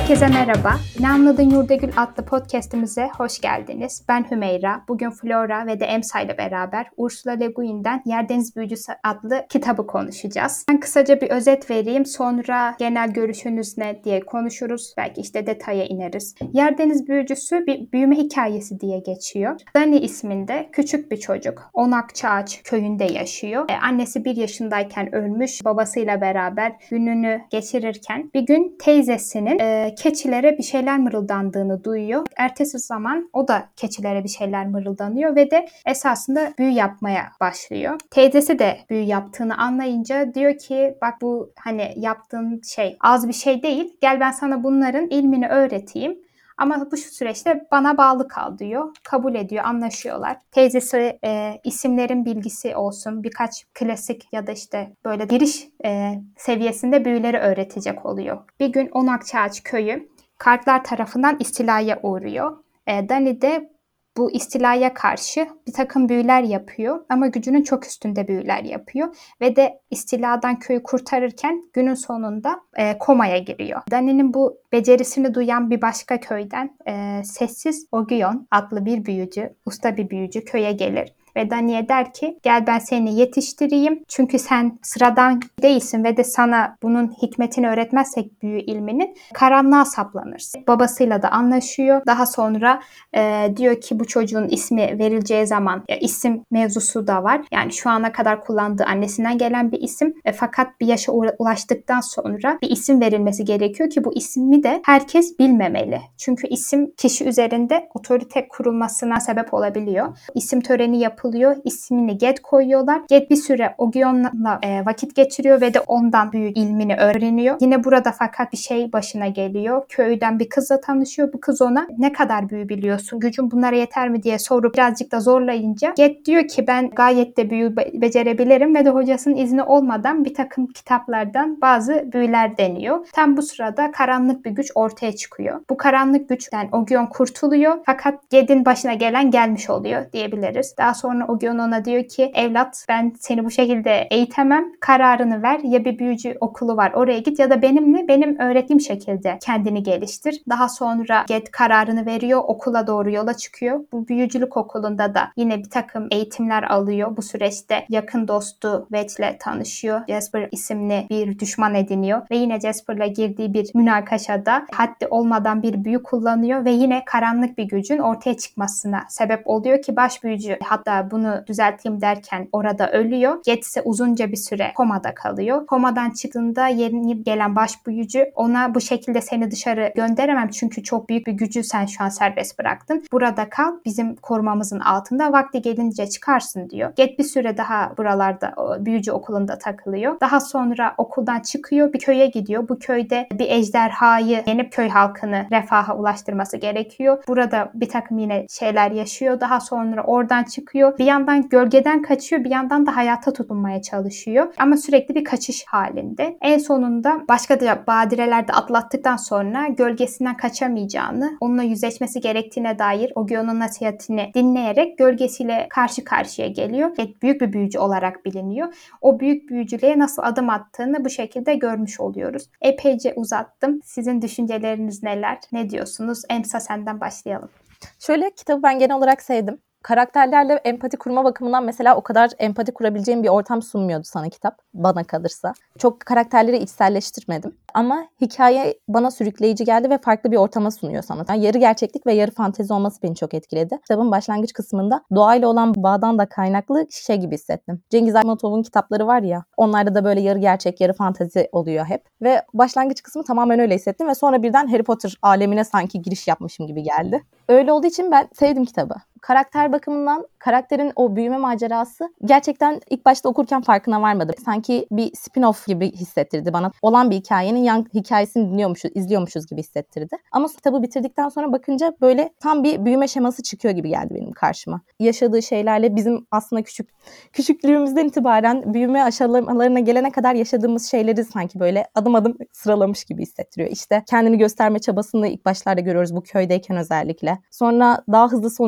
Herkese merhaba. Ne Anladın Yurdagül adlı podcastimize hoş geldiniz. Ben Hümeyra. Bugün Flora ve de Emsa ile beraber Ursula Le Guin'den Yer Deniz Büyücüsü adlı kitabı konuşacağız. Ben kısaca bir özet vereyim. Sonra genel görüşünüz ne diye konuşuruz. Belki işte detaya ineriz. Yer Deniz Büyücüsü bir büyüme hikayesi diye geçiyor. Dani isminde küçük bir çocuk. Onakçağaç köyünde yaşıyor. Annesi 1 yaşındayken ölmüş. Babasıyla beraber gününü geçirirken bir gün teyzesinin keçilere bir şeyler mırıldandığını duyuyor. Ertesi zaman o da keçilere bir şeyler mırıldanıyor ve de esasında büyü yapmaya başlıyor. Teyzesi de büyü yaptığını anlayınca diyor ki bak bu hani yaptığın şey az bir şey değil. Gel ben sana bunların ilmini öğreteyim. Ama bu süreçte bana bağlı kal diyor. Kabul ediyor, anlaşıyorlar. Teyzesi isimlerin bilgisi olsun, birkaç klasik ya da işte böyle giriş seviyesinde büyüleri öğretecek oluyor. Bir gün Onakçağaç köyü Kartlar tarafından istilaya uğruyor. Dani de bu istilaya karşı bir takım büyüler yapıyor ama gücünün çok üstünde büyüler yapıyor ve de istiladan köyü kurtarırken günün sonunda komaya giriyor. Dani'nin bu becerisini duyan bir başka köyden Sessiz Ogyon adlı bir büyücü, usta bir büyücü köye gelir. Ve Dani'ye der ki gel ben seni yetiştireyim. Çünkü sen sıradan değilsin ve de sana bunun hikmetini öğretmezsek büyü ilminin karanlığa saplanırsın. Babasıyla da anlaşıyor. Daha sonra diyor ki bu çocuğun ismi verileceği zaman isim mevzusu da var. Yani şu ana kadar kullandığı annesinden gelen bir isim. Fakat bir yaşa ulaştıktan sonra bir isim verilmesi gerekiyor ki bu ismi de herkes bilmemeli. Çünkü isim kişi üzerinde otorite kurulmasına sebep olabiliyor. İsim töreni yapılıyor. İsmini Get koyuyorlar. Get bir süre Ogion'la vakit geçiriyor ve de ondan büyü ilmini öğreniyor. Yine burada fakat bir şey başına geliyor. Köyden bir kızla tanışıyor. Bu kız ona ne kadar büyü biliyorsun? Gücün bunlara yeter mi diye sorup birazcık da zorlayınca Get diyor ki ben gayet de büyü becerebilirim ve de hocasının izni olmadan bir takım kitaplardan bazı büyüler deniyor. Tam bu sırada karanlık bir güç ortaya çıkıyor. Bu karanlık güçten Ogion kurtuluyor fakat Get'in başına gelen gelmiş oluyor diyebiliriz. Daha sonra Ogion ona diyor ki evlat ben seni bu şekilde eğitemem. Kararını ver. Ya bir büyücü okulu var oraya git ya da benimle benim öğrettiğim şekilde kendini geliştir. Daha sonra Get kararını veriyor. Okula doğru yola çıkıyor. Bu büyücülük okulunda da yine bir takım eğitimler alıyor. Bu süreçte yakın dostu Wedge'le tanışıyor. Jasper isimli bir düşman ediniyor ve yine Jasper'la girdiği bir münakaşada haddi olmadan bir büyü kullanıyor ve yine karanlık bir gücün ortaya çıkmasına sebep oluyor ki baş büyücü hatta bunu düzelteyim derken orada ölüyor. Get ise uzunca bir süre komada kalıyor. Komadan çıktığında yeni gelen baş büyücü ona bu şekilde seni dışarı gönderemem çünkü çok büyük bir gücü sen şu an serbest bıraktın. Burada kal bizim korumamızın altında vakti gelince çıkarsın diyor. Get bir süre daha buralarda büyücü okulunda takılıyor. Daha sonra okuldan çıkıyor bir köye gidiyor. Bu köyde bir ejderhayı yenip köy halkını refaha ulaştırması gerekiyor. Burada bir takım yine şeyler yaşıyor. Daha sonra oradan çıkıyor. Bir yandan gölgeden kaçıyor, bir yandan da hayata tutunmaya çalışıyor. Ama sürekli bir kaçış halinde. En sonunda başka da badirelerde atlattıktan sonra gölgesinden kaçamayacağını, onunla yüzleşmesi gerektiğine dair Ogion'un nasihatini dinleyerek gölgesiyle karşı karşıya geliyor. Büyük bir büyücü olarak biliniyor. O büyük büyücülüğe nasıl adım attığını bu şekilde görmüş oluyoruz. Epeyce uzattım. Sizin düşünceleriniz neler? Ne diyorsunuz? Emsa senden başlayalım. Şöyle kitabı ben genel olarak sevdim. Karakterlerle empati kurma bakımından mesela o kadar empati kurabileceğim bir ortam sunmuyordu sana kitap bana kalırsa. Çok karakterleri içselleştirmedim. Ama hikaye bana sürükleyici geldi ve farklı bir ortama sunuyor sana. Yani yarı gerçeklik ve yarı fantezi olması beni çok etkiledi. Kitabın başlangıç kısmında doğayla olan bağdan da kaynaklı şey gibi hissettim. Cengiz Aytmatov'un kitapları var ya, onlarda da böyle yarı gerçek, yarı fantezi oluyor hep. Ve başlangıç kısmı tamamen öyle hissettim ve sonra birden Harry Potter alemine sanki giriş yapmışım gibi geldi. Öyle olduğu için ben sevdim kitabı. Karakter bakımından karakterin o büyüme macerası gerçekten ilk başta okurken farkına varmadım. Sanki bir spin-off gibi hissettirdi bana. Olan bir hikayenin yan hikayesini dinliyormuşuz, izliyormuşuz gibi hissettirdi. Ama kitabı bitirdikten sonra bakınca böyle tam bir büyüme şeması çıkıyor gibi geldi benim karşıma. Yaşadığı şeylerle bizim aslında küçüklüğümüzden itibaren büyüme aşamalarına gelene kadar yaşadığımız şeyleri sanki böyle adım adım sıralamış gibi hissettiriyor. İşte kendini gösterme çabasını ilk başlarda görüyoruz bu köydeyken özellikle. Sonra daha hızlı sonuca ulaşmak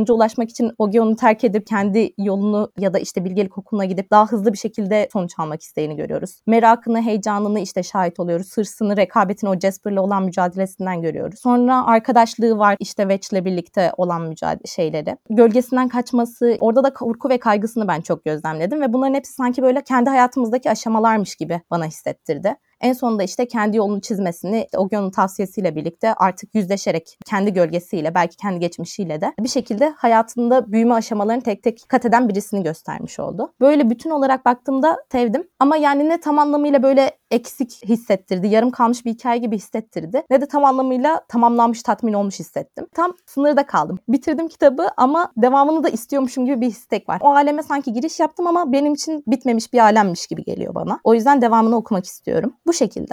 ulaşmak için Ogeon'u terk edip kendi yolunu ya da işte bilgelik okuluna gidip daha hızlı bir şekilde sonuç almak isteğini görüyoruz. Merakını, heyecanını işte şahit oluyoruz. Hırsını, rekabetini o Jasper'la olan mücadelesinden görüyoruz. Sonra arkadaşlığı var işte Wedge'le birlikte olan şeyleri. Gölgesinden kaçması, orada da korku ve kaygısını ben çok gözlemledim ve bunların hepsi sanki böyle kendi hayatımızdaki aşamalarmış gibi bana hissettirdi. En sonunda işte kendi yolunu çizmesini Ogeon'un tavsiyesiyle birlikte artık yüzleşerek kendi gölgesiyle belki kendi geçmişiyle de bir şekilde hayatında büyüme aşamalarını tek tek kat eden birisini göstermiş oldu. Böyle bütün olarak baktığımda sevdim ama yani ne tam anlamıyla böyle eksik hissettirdi, yarım kalmış bir hikaye gibi hissettirdi ne de tam anlamıyla tamamlanmış, tatmin olmuş hissettim. Tam sınırda kaldım. Bitirdim kitabı ama devamını da istiyormuşum gibi bir istek var. O aleme sanki giriş yaptım ama benim için bitmemiş bir alemmiş gibi geliyor bana. O yüzden devamını okumak istiyorum. Bu şekilde.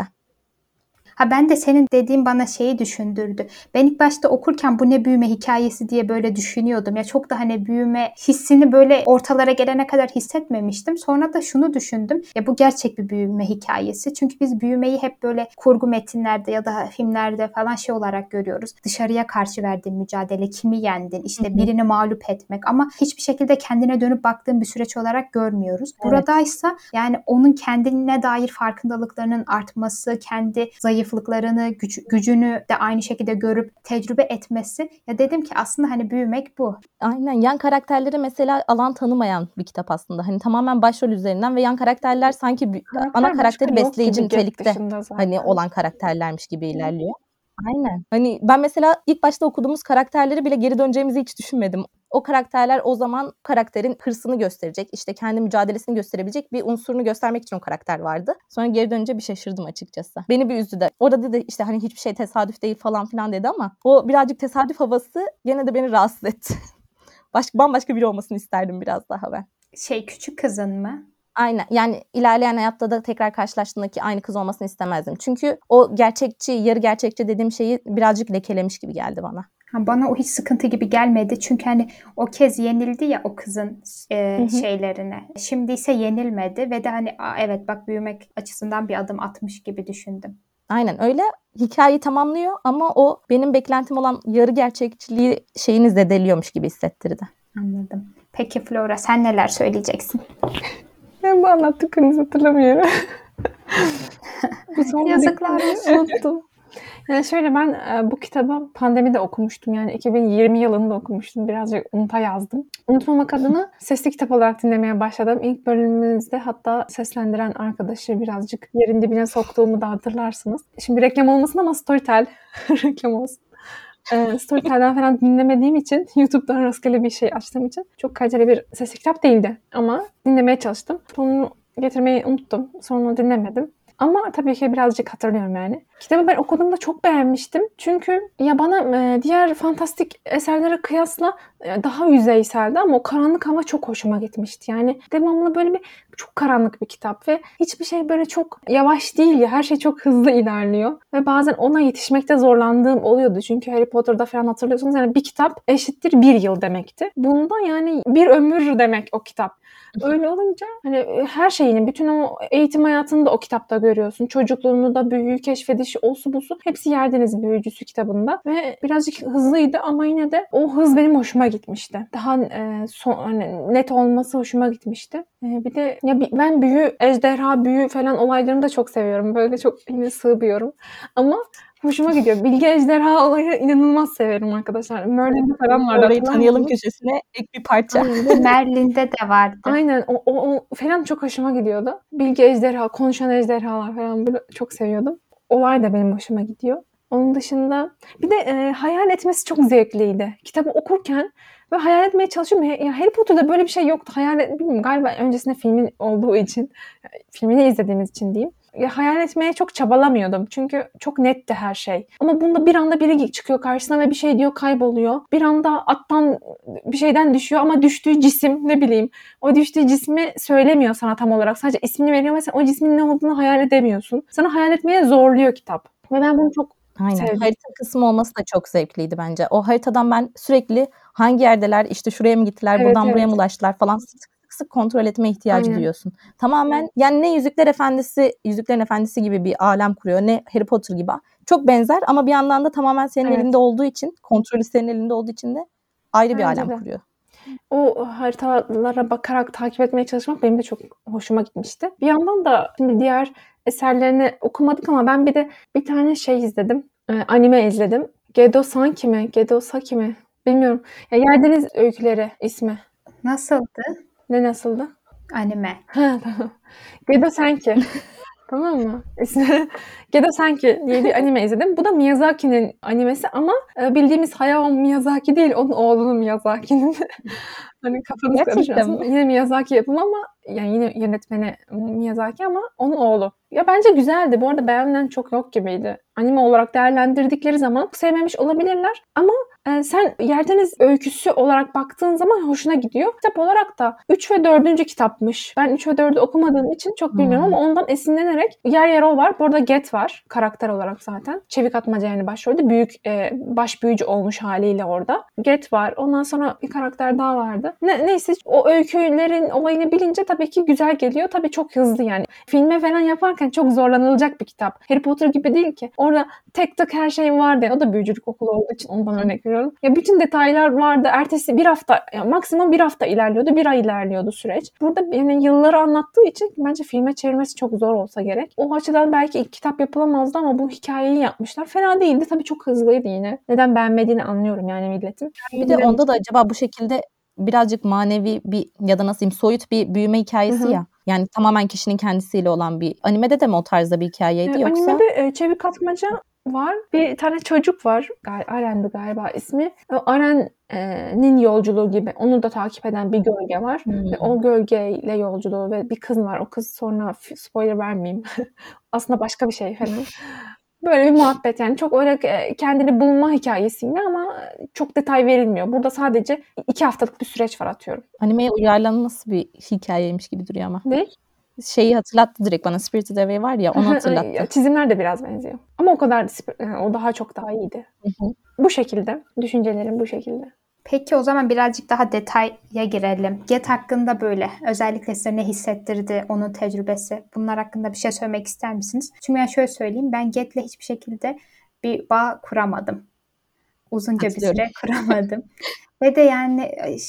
Ha ben de senin dediğin bana şeyi düşündürdü. Ben ilk başta okurken bu ne büyüme hikayesi diye böyle düşünüyordum. Ya çok da hani büyüme hissini böyle ortalara gelene kadar hissetmemiştim. Sonra da şunu düşündüm. Ya bu gerçek bir büyüme hikayesi. Çünkü biz büyümeyi hep böyle kurgu metinlerde ya da filmlerde falan şey olarak görüyoruz. Dışarıya karşı verdiğin mücadele, kimi yendin, işte birini mağlup etmek ama hiçbir şekilde kendine dönüp baktığın bir süreç olarak görmüyoruz. Evet. Buradaysa yani onun kendine dair farkındalıklarının artması, kendi zayıflıklarını, gücünü de aynı şekilde görüp tecrübe etmesi. Ya dedim ki aslında hani büyümek bu. Aynen. Yan karakterleri mesela alan tanımayan bir kitap aslında. Hani tamamen başrol üzerinden ve yan karakterler sanki ana karakteri besleyici nitelikte hani olan karakterlermiş gibi ilerliyor. Aynen. Hani ben mesela ilk başta okuduğumuz karakterleri bile geri döneceğimizi hiç düşünmedim. O karakterler o zaman karakterin hırsını gösterecek, işte kendi mücadelesini gösterebilecek bir unsurunu göstermek için o karakter vardı. Sonra geri dönünce bir şaşırdım açıkçası. Beni bir üzdü de. Orada da işte hani hiçbir şey tesadüf değil falan filan dedi ama o birazcık tesadüf havası gene de beni rahatsız etti. Bambaşka biri olmasını isterdim biraz daha ben. Küçük kızın mı? Aynen. Yani ilerleyen hayatta da tekrar karşılaştığındaki aynı kız olmasını istemezdim. Çünkü o gerçekçi, yarı gerçekçi dediğim şeyi birazcık lekelemiş gibi geldi bana. Bana o hiç sıkıntı gibi gelmedi. Çünkü hani o kez yenildi ya o kızın şeylerine. Şimdi ise yenilmedi ve de hani evet bak büyümek açısından bir adım atmış gibi düşündüm. Aynen öyle. Hikayeyi tamamlıyor ama o benim beklentim olan yarı gerçekçiliği şeyini zedeliyormuş gibi hissettirdi. Anladım. Peki Flora sen neler söyleyeceksin? Ben bu anlattıklarınızı hatırlamıyorum. Yazıklar olsun. Unuttum. Yani şöyle ben bu kitabı pandemide okumuştum. Yani 2020 yılında okumuştum. Birazcık unuta yazdım. Unutmamak adına sesli kitap olarak dinlemeye başladım. İlk bölümümüzde hatta seslendiren arkadaşı birazcık yerin dibine soktuğumu da hatırlarsınız. Şimdi reklam olmasın ama Storytel reklam olsun. Storytel'den falan dinlemediğim için, YouTube'dan rastgele bir şey açtığım için çok kaliteli bir sesli kitap değildi. Ama dinlemeye çalıştım. Sonunu getirmeyi unuttum. Sonunu dinlemedim. Ama tabii ki birazcık hatırlıyorum yani. Kitabı ben okuduğumda çok beğenmiştim. Çünkü ya bana diğer fantastik eserlere kıyasla daha yüzeyseldi ama o karanlık hava çok hoşuma gitmişti. Yani devamlı böyle çok karanlık bir kitap ve hiçbir şey böyle çok yavaş değil ya. Her şey çok hızlı ilerliyor. Ve bazen ona yetişmekte zorlandığım oluyordu. Çünkü Harry Potter'da falan hatırlıyorsunuz yani bir kitap eşittir bir yıl demekti. Bunda yani bir ömür demek o kitap. Öyle olunca hani her şeyini, bütün o eğitim hayatını da o kitapta görüyorsun. Çocukluğunu da, büyüyü keşfedişi, olsu busu hepsi Yerdeniz Büyücüsü kitabında. Ve birazcık hızlıydı ama yine de o hız benim hoşuma gitmişti. Daha hani net olması hoşuma gitmişti. Bir de ya ben büyü, ejderha büyü falan olaylarını da çok seviyorum. Böyle çok yine sığmıyorum. Ama hoşuma gidiyor. Bilge ejderha olayı inanılmaz severim arkadaşlar. Merlin'de falan vardı. Orayı tanıyalım köşesine ek bir parça. Merlin'de de vardı. Aynen. O falan çok hoşuma gidiyordu. Bilge ejderha, konuşan ejderhalar falan böyle çok seviyordum. Olay da benim hoşuma gidiyor. Onun dışında bir de hayal etmesi çok zevkliydi. Kitabı okurken ve hayal etmeye çalışıyorum. Ya Harry Potter'da böyle bir şey yoktu. Bilmiyorum galiba öncesinde filmin olduğu için, filmini izlediğimiz için diyeyim. Ya hayal etmeye çok çabalamıyordum. Çünkü çok netti her şey. Ama bunda bir anda biri çıkıyor karşısına ve bir şey diyor kayboluyor. Bir anda attan bir şeyden düşüyor ama düştüğü cisim ne bileyim. O düştüğü cismi söylemiyor sana tam olarak. Sadece ismini veriyor ve sen o cismin ne olduğunu hayal edemiyorsun. Sana hayal etmeye zorluyor kitap. Ve ben bunu çok sevdim. Harita kısmı olması da çok zevkliydi bence. O haritadan ben sürekli hangi yerdeler, işte şuraya mı gittiler, buradan buraya mı ulaştılar falan sık kontrol etme ihtiyacı duyuyorsun. Tamamen yani ne Yüzüklerin Efendisi gibi bir alem kuruyor, ne Harry Potter gibi. Çok benzer ama bir yandan da tamamen senin elinde olduğu için, kontrolü senin elinde olduğu için de ayrı bir alem kuruyor. O haritalara bakarak takip etmeye çalışmak benim de çok hoşuma gitmişti. Bir yandan da şimdi diğer eserlerini okumadık ama ben bir de bir tane şey izledim. Anime izledim. Gedo Sanki mi? Gedo Saki mi? Bilmiyorum. Ya Yerdeniz Öyküleri ismi. Nasıldı Ne nasıldı? anime? Ha, tamam. Gedo Senki. Tamam mı? İsmi Gedo Senki diye bir anime izledim. Bu da Miyazaki'nin animesi ama bildiğimiz Hayao Miyazaki değil. Onun oğlunun Miyazaki'nin. Hani kafanız Gerçekten karışmasın. mi? Yine Miyazaki yapımı ama yani yine yönetmeni Miyazaki ama onun oğlu. Ya bence güzeldi. Bu arada beğenilen çok yok gibiydi. Anime olarak değerlendirdikleri zaman sevmemiş olabilirler ama sen Yerdeniz Öyküsü olarak baktığın zaman hoşuna gidiyor. Kitap olarak da 3 ve 4. kitapmış. Ben 3 ve 4'ü okumadığım için çok bilmiyorum ama ondan esinlenerek yer yer o var. Bu arada Get var karakter olarak zaten. Çevik Atmaca yani başrolde. Büyük baş büyücü olmuş haliyle orada. Get var. Ondan sonra bir karakter daha vardı. Neyse o öykülerin olayını bilince tabii ki güzel geliyor. Tabii çok hızlı yani. Filme falan yaparken çok zorlanılacak bir kitap. Harry Potter gibi değil ki. Orada tek tek her şey vardı. O da büyücülük okulu olduğu için ondan örnek veriyorum. Ya bütün detaylar vardı. Ertesi bir hafta, yani maksimum bir hafta ilerliyordu. Bir ay ilerliyordu süreç. Burada yani yılları anlattığı için bence filme çevirmesi çok zor olsa gerek. O açıdan belki ilk kitap yapılamazdı ama bu hikayeyi yapmışlar. Fena değildi. Tabii çok hızlıydı yine. Neden beğenmediğini anlıyorum yani milletin. Bir de onda da acaba bu şekilde birazcık manevi bir ya da nasıl diyeyim soyut bir büyüme hikayesi Hı hı. ya. Yani tamamen kişinin kendisiyle olan bir animede de mi o tarzda bir hikayeydi yoksa? Animede Çevik Atmaca var. Bir tane çocuk var. Aren'di galiba ismi. O Aren'in yolculuğu gibi. Onu da takip eden bir gölge var. Ve o gölgeyle yolculuğu ve bir kız var. O kız sonra spoiler vermeyeyim. Aslında başka bir şey falan. Böyle bir muhabbet yani. Çok öyle kendini bulma hikayesi yine ama çok detay verilmiyor. Burada sadece 2 haftalık bir süreç var atıyorum. Animeye uyarlanması bir hikayeymiş gibi duruyor ama. Değil? Şeyi hatırlattı direkt bana. Spirited Away var ya onu hatırlattı. Çizimler de biraz benziyor. Ama o kadar yani o daha çok daha iyiydi. Bu şekilde. Düşüncelerim bu şekilde. Peki o zaman birazcık daha detaya girelim. Get hakkında böyle özellikle size ne hissettirdi onun tecrübesi? Bunlar hakkında bir şey söylemek ister misiniz? Çünkü ben şöyle söyleyeyim. Ben Get'le hiçbir şekilde bir bağ kuramadım. Uzunca bir süre kuramadım. Ve de yani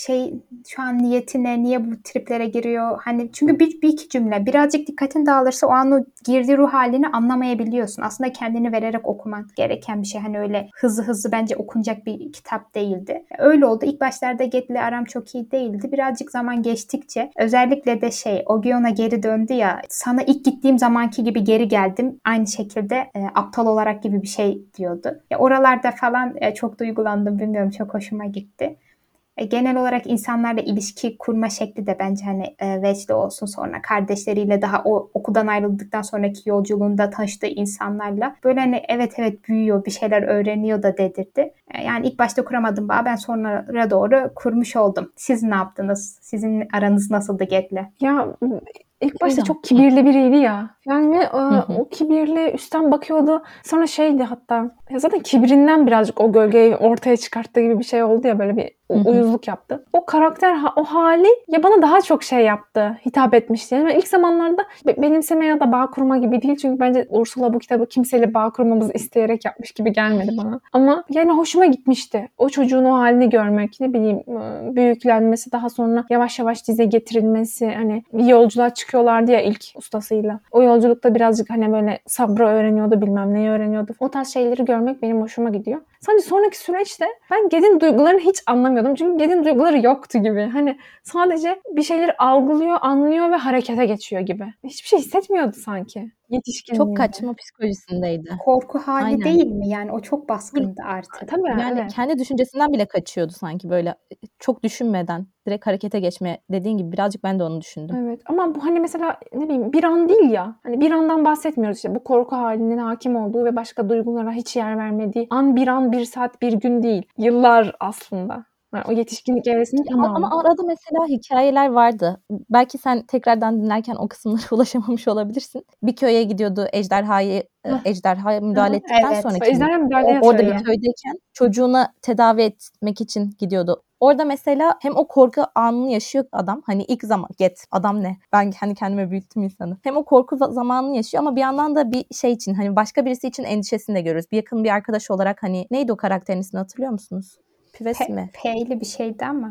şu an niyetine niye bu triplere giriyor? Hani çünkü bir iki cümle birazcık dikkatin dağılırsa o an o girdiği ruh halini anlamayabiliyorsun. Aslında kendini vererek okuman gereken bir şey. Hani öyle hızlı hızlı bence okunacak bir kitap değildi. Öyle oldu. İlk başlarda Get'le aram çok iyi değildi. Birazcık zaman geçtikçe özellikle de Ogion'a geri döndü ya, sana ilk gittiğim zamanki gibi geri geldim. Aynı şekilde aptal olarak gibi bir şey diyordu. Oralarda falan çok duygulandım. Bilmiyorum, çok hoşuma gitti. Genel olarak insanlarla ilişki kurma şekli de bence Wedge'de olsun, sonra kardeşleriyle daha o okuldan ayrıldıktan sonraki yolculuğunda tanıştığı insanlarla böyle evet büyüyor, bir şeyler öğreniyor da dedirdi. Yani ilk başta kuramadım bağ, ben sonlara doğru kurmuş oldum. Siz ne yaptınız? Sizin aranız nasıldı Get'le? Ya ilk başta çok kibirli biriydi ya. Yani ve o kibirli üstten bakıyordu. Sonra şeydi hatta. Ya zaten kibrinden birazcık o gölgeyi ortaya çıkarttığı gibi bir şey oldu ya, böyle bir uyuzluk yaptı. O karakter o hali ya bana daha çok şey yaptı. Hitap etmişti. Yani ilk zamanlarda benimseme ya da bağ kurma gibi değil. Çünkü bence Ursula bu kitabı kimseyle bağ kurmamızı isteyerek yapmış gibi gelmedi bana. Ama yani hoşuma gitmişti. O çocuğun o halini görmek, ne bileyim büyüklenmesi, daha sonra yavaş yavaş dize getirilmesi, hani bir yolculuğa çıkıyorlardı ya ilk ustasıyla. O yolculukta birazcık hani böyle sabrı öğreniyordu, bilmem neyi öğreniyordu. O tarz şeyleri görmek benim hoşuma gidiyor. Sadece sonraki süreçte ben Ged'in duygularını hiç anlamıyordum. Çünkü Ged'in duyguları yoktu gibi. Hani sadece bir şeyleri algılıyor, anlıyor ve harekete geçiyor gibi. Hiçbir şey hissetmiyordu sanki. Yetişkinliğinde. Çok kaçma psikolojisindeydi. Korku hali Aynen. değil mi? Yani o çok baskındı artık. Tabii Yani evet. kendi düşüncesinden bile kaçıyordu sanki, böyle çok düşünmeden direkt harekete geçme, dediğin gibi birazcık ben de onu düşündüm. Evet ama bu hani mesela ne bileyim bir an değil ya. Hani bir andan bahsetmiyoruz işte. Bu korku halinin hakim olduğu ve başka duygulara hiç yer vermediği an, bir an, bir saat, bir gün değil. Yıllar aslında. Yani o yetişkinlik evresinin tamamı. Ama arada mesela hikayeler vardı. Belki sen tekrardan dinlerken o kısımlara ulaşamamış olabilirsin. Bir köye gidiyordu, ejderhaya müdahale ettikten Evet. sonraki. Ejderha müdahale Orada yatıyor bir köydeyken çocuğuna tedavi etmek için gidiyordu. Orada mesela hem o korku anını yaşıyor adam. Hani ilk zaman adam ne? Ben hani kendime büyüttüm insanı. Hem o korku zamanını yaşıyor ama bir yandan da bir şey için, hani başka birisi için endişesini de görüyoruz. Bir yakın bir arkadaş olarak, hani neydi o karakterin ismini hatırlıyor musunuz? Püves mi? P'li bir şeydi ama.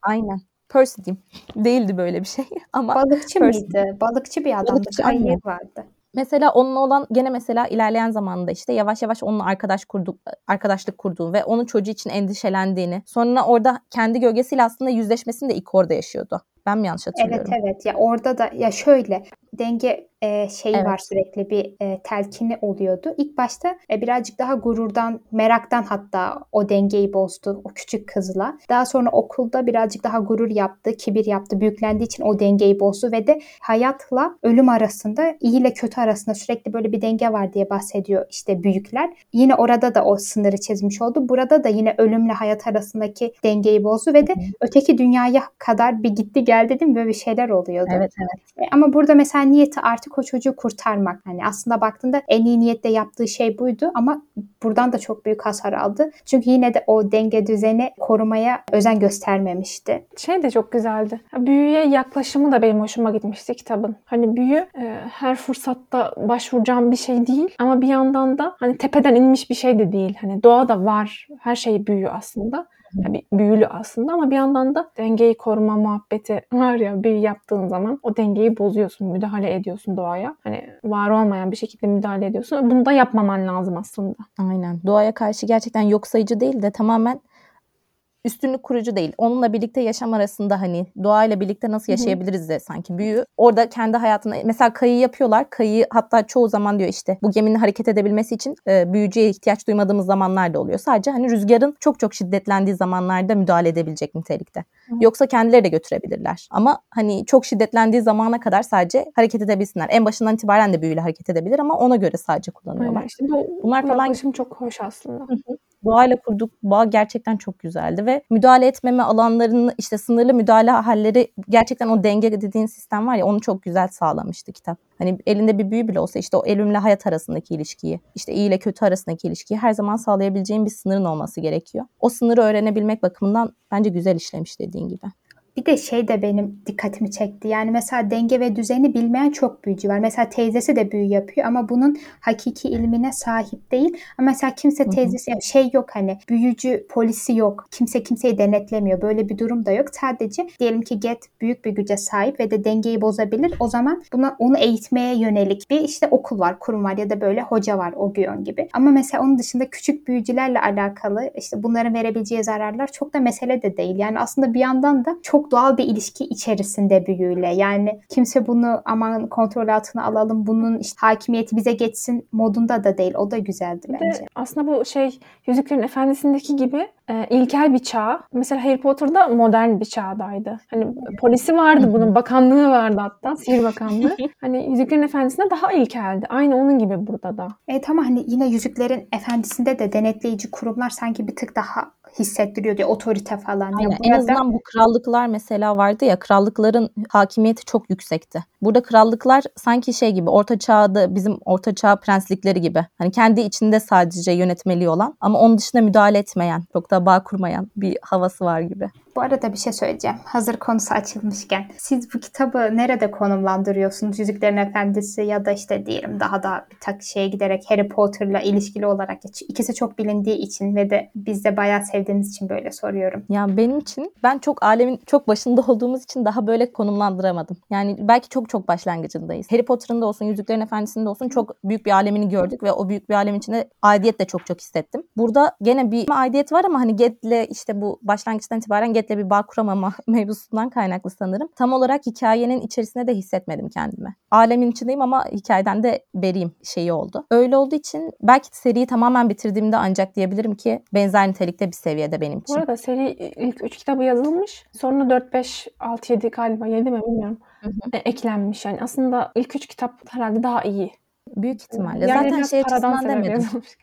Aynen. Percy diyeyim. Değildi böyle bir şey ama Balıkçı Percy. mıydı? Balıkçı bir adamdı. Balıkçı, Kariyer aynen. vardı. Mesela onunla olan gene mesela ilerleyen zamanda işte yavaş yavaş onunla arkadaşlık kurduğu ve onun çocuğu için endişelendiğini, sonra orada kendi gölgesiyle aslında yüzleşmesini de ilk orada yaşıyordu. Ben mi yanlış Evet hatırlıyorum? evet ya orada da ya şöyle denge şeyi var Evet. sürekli bir telkini oluyordu. İlk başta birazcık daha gururdan, meraktan hatta o dengeyi bozdu o küçük kızla. Daha sonra okulda birazcık daha gurur yaptı, kibir yaptı, büyüklendiği için o dengeyi bozdu ve de hayatla ölüm arasında, iyi ile kötü arasında sürekli böyle bir denge var diye bahsediyor işte büyükler. Yine orada da o sınırı çizmiş oldu. Burada da yine ölümle hayat arasındaki dengeyi bozdu ve de öteki dünyaya kadar bir gitti geldi değil mi? Böyle bir şeyler oluyordu. Evet, evet. Ama burada mesela niyeti artık o çocuğu kurtarmak. Hani aslında baktığında en iyi niyetle yaptığı şey buydu ama buradan da çok büyük hasar aldı. Çünkü yine de o denge düzeni korumaya özen göstermemişti. Şey de çok güzeldi. Büyüye yaklaşımı da benim hoşuma gitmişti kitabın. Hani büyü her fırsatta başvuracağım bir şey değil ama bir yandan da hani tepeden inmiş bir şey de değil. Hani doğada var. Her şey büyü aslında. Tabii büyülü aslında ama bir yandan da dengeyi koruma muhabbeti var ya, büyü yaptığın zaman o dengeyi bozuyorsun, müdahale ediyorsun doğaya. Hani var olmayan bir şekilde müdahale ediyorsun. Bunu da yapmaman lazım aslında. Aynen. Doğaya karşı gerçekten yok sayıcı değil de tamamen üstünlük kurucu değil. Onunla birlikte yaşam arasında hani doğayla birlikte nasıl yaşayabiliriz de sanki büyü. Orada kendi hayatına mesela kayı yapıyorlar. Kayı hatta çoğu zaman diyor işte bu geminin hareket edebilmesi için büyücüye ihtiyaç duymadığımız zamanlar da oluyor. Sadece hani rüzgarın çok çok şiddetlendiği zamanlarda müdahale edebilecek nitelikte. Yoksa kendileri de götürebilirler. Ama hani çok şiddetlendiği zamana kadar sadece hareket edebilsinler. En başından itibaren de büyüyle hareket edebilir ama ona göre sadece kullanıyorlar. Aynen işte bu Bunlar falan yaklaşım çok hoş aslında. doğayla kurduk bağ gerçekten çok güzeldi ve müdahale etmeme alanlarının işte sınırlı müdahale halleri gerçekten o denge dediğin sistem var ya onu çok güzel sağlamıştı kitap. Hani elinde bir büyü bile olsa işte o ölümle hayat arasındaki ilişkiyi, işte iyi ile kötü arasındaki ilişkiyi her zaman sağlayabileceğin bir sınırın olması gerekiyor. O sınırı öğrenebilmek bakımından bence güzel işlemiş dediğin gibi. Bir de şey de benim dikkatimi çekti. Yani mesela denge ve düzeni bilmeyen çok büyücü var. Mesela teyzesi de büyü yapıyor ama bunun hakiki ilmine sahip değil. Ama mesela kimse teyzesi yani şey yok hani büyücü polisi yok. Kimse kimseyi denetlemiyor. Böyle bir durum da yok. Sadece diyelim ki Get büyük bir güce sahip ve de dengeyi bozabilir. O zaman onu eğitmeye yönelik bir işte okul var, kurum var ya da böyle hoca var Ogion gibi. Ama mesela onun dışında küçük büyücülerle alakalı işte bunların verebileceği zararlar çok da mesele de değil. Yani aslında bir yandan da çok doğal bir ilişki içerisinde büyüyle. Yani kimse bunu aman kontrol altına alalım, bunun işte hakimiyeti bize geçsin modunda da değil. O da güzeldi bence. Aslında bu şey Yüzüklerin Efendisi'ndeki gibi ilkel bir çağ. Mesela Harry Potter'da modern bir çağdaydı. Hani polisi vardı, bunun bakanlığı vardı hatta, sihir bakanlığı. Hani Yüzüklerin Efendisi'nde daha ilkeldi. Aynı onun gibi burada da. Evet ama hani yine Yüzüklerin Efendisi'nde de denetleyici kurumlar sanki bir tık daha hissettiriyor diye otorite falan. Aynen. Ya En burada azından bu krallıklar mesela vardı ya krallıkların hakimiyeti çok yüksekti. Burada krallıklar sanki şey gibi orta çağda bizim orta çağ prenslikleri gibi. Hani kendi içinde sadece yönetmeliği olan ama onun dışında müdahale etmeyen, çok da bağ kurmayan bir havası var gibi. bu arada bir şey söyleyeceğim. Hazır konusu açılmışken. Siz bu kitabı nerede konumlandırıyorsunuz? Yüzüklerin Efendisi ya da işte diyelim daha da bir tak şeye giderek Harry Potter'la ilişkili olarak. İkisi çok bilindiği için ve de biz de bayağı sevdiğimiz için böyle soruyorum. Ya benim için ben çok alemin çok başında olduğumuz için daha böyle konumlandıramadım. Yani belki çok çok başlangıcındayız. Harry Potter'ın da olsun, Yüzüklerin Efendisi'nin de olsun çok büyük bir alemini gördük ve o büyük bir alem içinde aidiyet de çok çok hissettim. Burada gene bir aidiyet var ama hani Get'le işte bu başlangıçtan itibaren Get'le bir bağ kuramama mevzusundan kaynaklı sanırım. Tam olarak hikayenin içerisine de hissetmedim kendimi. Alemin içindeyim ama hikayeden de beriyim şeyi oldu. Öyle olduğu için belki seriyi tamamen bitirdiğimde ancak diyebilirim ki benzer nitelikte bir seviyede benim için. Bu arada seri ilk 3 kitabı yazılmış. Sonra 4, 5, 6, 7 galiba 7 mi bilmiyorum. Eklenmiş yani. Aslında ilk 3 kitap herhalde daha iyi. Büyük ihtimalle. Yani Zaten biraz şey paradan açısından sebep demedim. yazılmış.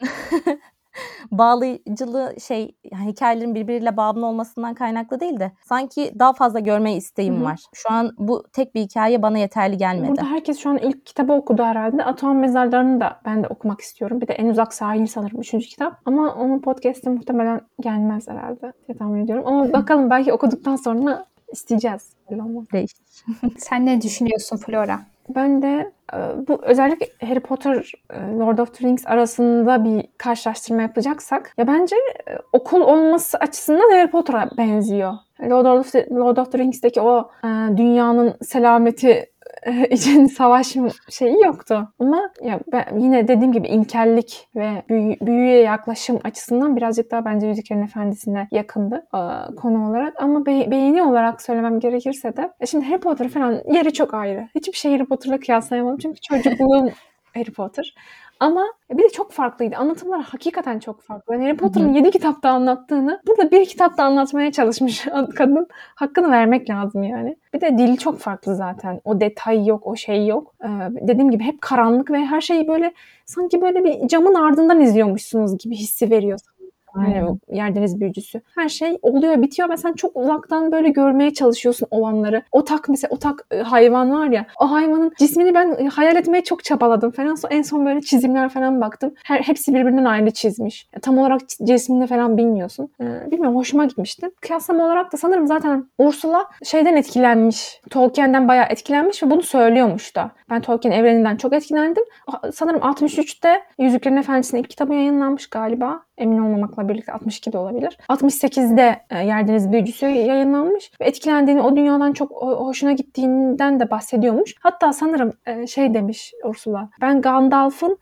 Bağlayıcılığı yani hikayelerin birbiriyle bağımlı olmasından kaynaklı değil de sanki daha fazla görme isteğim var. Şu an bu tek bir hikaye bana yeterli gelmedi. Burada herkes şu an ilk kitabı okudu herhalde. Atuan Mezarları'nı da ben de okumak istiyorum. Bir de En Uzak Sahil sanırım 3. kitap. Ama onun podcast'i muhtemelen gelmez herhalde diye tahmin ediyorum. Ama bakalım belki okuduktan sonra isteyeceğiz. Değişik. Sen ne düşünüyorsun Flora? Ben de bu özellikle Harry Potter, Lord of the Rings arasında bir karşılaştırma yapacaksak ya bence okul olması açısından Harry Potter'a benziyor. Lord of the Rings'teki o dünyanın selameti için savaş şeyi yoktu. Ama ya ben yine dediğim gibi ilkellik ve büyüye yaklaşım açısından birazcık daha bence Yüzüklerin Efendisi'ne yakındı konu olarak. Ama beğeni olarak söylemem gerekirse de şimdi Harry Potter falan yeri çok ayrı. Hiçbir şey Harry Potter'la kıyaslayamam. Çünkü çocukluğum Harry Potter. Ama bir de çok farklıydı. Anlatımlar hakikaten çok farklı. Yani Harry Potter'ın 7 kitapta anlattığını burada bir kitapta anlatmaya çalışmış kadın. Hakkını vermek lazım yani. Bir de dili çok farklı zaten. O detay yok, o şey yok. Dediğim gibi hep karanlık ve her şeyi böyle sanki böyle bir camın ardından izliyormuşsunuz gibi hissi veriyor. Yani Yerdeniz Büyücüsü. Her şey oluyor, bitiyor ve sen çok uzaktan böyle görmeye çalışıyorsun olanları. Mesela hayvan var ya, o hayvanın cismini ben hayal etmeye çok çabaladım falan. En son böyle çizimler falan baktım. Hepsi birbirinden ayrı çizmiş. Tam olarak cismini falan bilmiyorsun. Bilmiyorum, hoşuma gitmişti. Kıyaslama olarak da sanırım zaten Ursula şeyden etkilenmiş. Tolkien'den bayağı etkilenmiş ve bunu söylüyormuş da. Ben Tolkien evreninden çok etkilendim. Sanırım 63'te Yüzüklerin Efendisi'nin ilk kitabı yayınlanmış galiba. Emin olmamakla birlikte 62 de olabilir. 68'de Yerdeniz Büyücüsü yayınlanmış ve etkilendiğini, o dünyadan çok hoşuna gittiğinden de bahsediyormuş. Hatta sanırım şey demiş Ursula, ben Gandalf'ın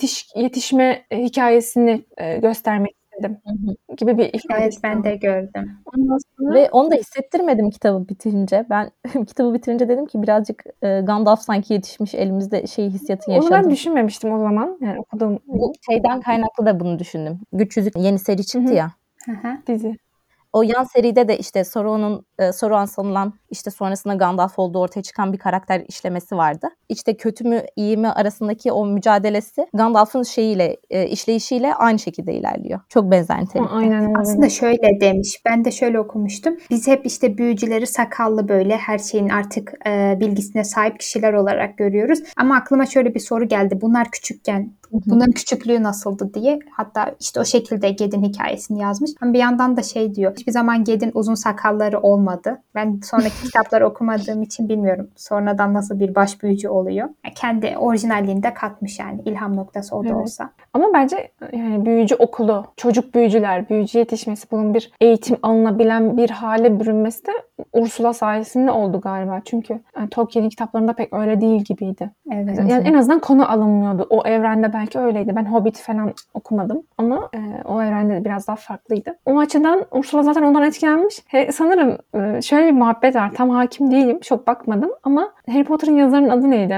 yetişme hikayesini göstermek istedim gibi bir ifade. Evet, ben de gördüm. Ondan sonra Ve onu da hissettirmedim kitabı bitirince. Ben kitabı bitirince dedim ki birazcık Gandalf sanki yetişmiş, elimizde hissiyatını onu ben yaşadım. düşünmemiştim o zaman. Yani okuduğum Bu şeyden kaynaklı da bunu düşündüm. Güç Yüzük yeni seri çıktı ya. dizi. O yan seride de işte Sauron sanılan, işte sonrasında Gandalf olduğu ortaya çıkan bir karakter işlemesi vardı. İşte kötü mü iyi mi arasındaki o mücadelesi Gandalf'ın işleyişiyle aynı şekilde ilerliyor. Çok benzer nitelikte. Aynen öyle. Aslında şöyle demiş, ben de şöyle okumuştum. Biz hep işte büyücüleri sakallı, böyle her şeyin artık bilgisine sahip kişiler olarak görüyoruz. Ama aklıma şöyle bir soru geldi. Bunlar küçükken bunların küçüklüğü nasıldı diye. Hatta işte o şekilde Ged'in hikayesini yazmış. Ama bir yandan da şey diyor. Hiçbir zaman Ged'in uzun sakalları olmadı. Ben sonraki kitapları okumadığım için bilmiyorum. Sonradan nasıl bir baş büyücü oluyor. Yani kendi orijinalliğini de katmış yani. İlham noktası o da olsa. Ama bence yani büyücü okulu, çocuk büyücüler, büyücü yetişmesi, bunun bir eğitim alınabilen bir hale bürünmesi de Ursula sayesinde oldu galiba. Çünkü yani Tolkien'in kitaplarında pek öyle değil gibiydi. Evet. Yani en azından konu alınmıyordu. O evrende belki öyleydi. Ben Hobbit falan okumadım ama o evrende biraz daha farklıydı. O açıdan Ursula zaten ondan etkilenmiş. Sanırım şöyle bir muhabbet var. Tam hakim değilim. Çok bakmadım ama Harry Potter'ın yazarının adı neydi?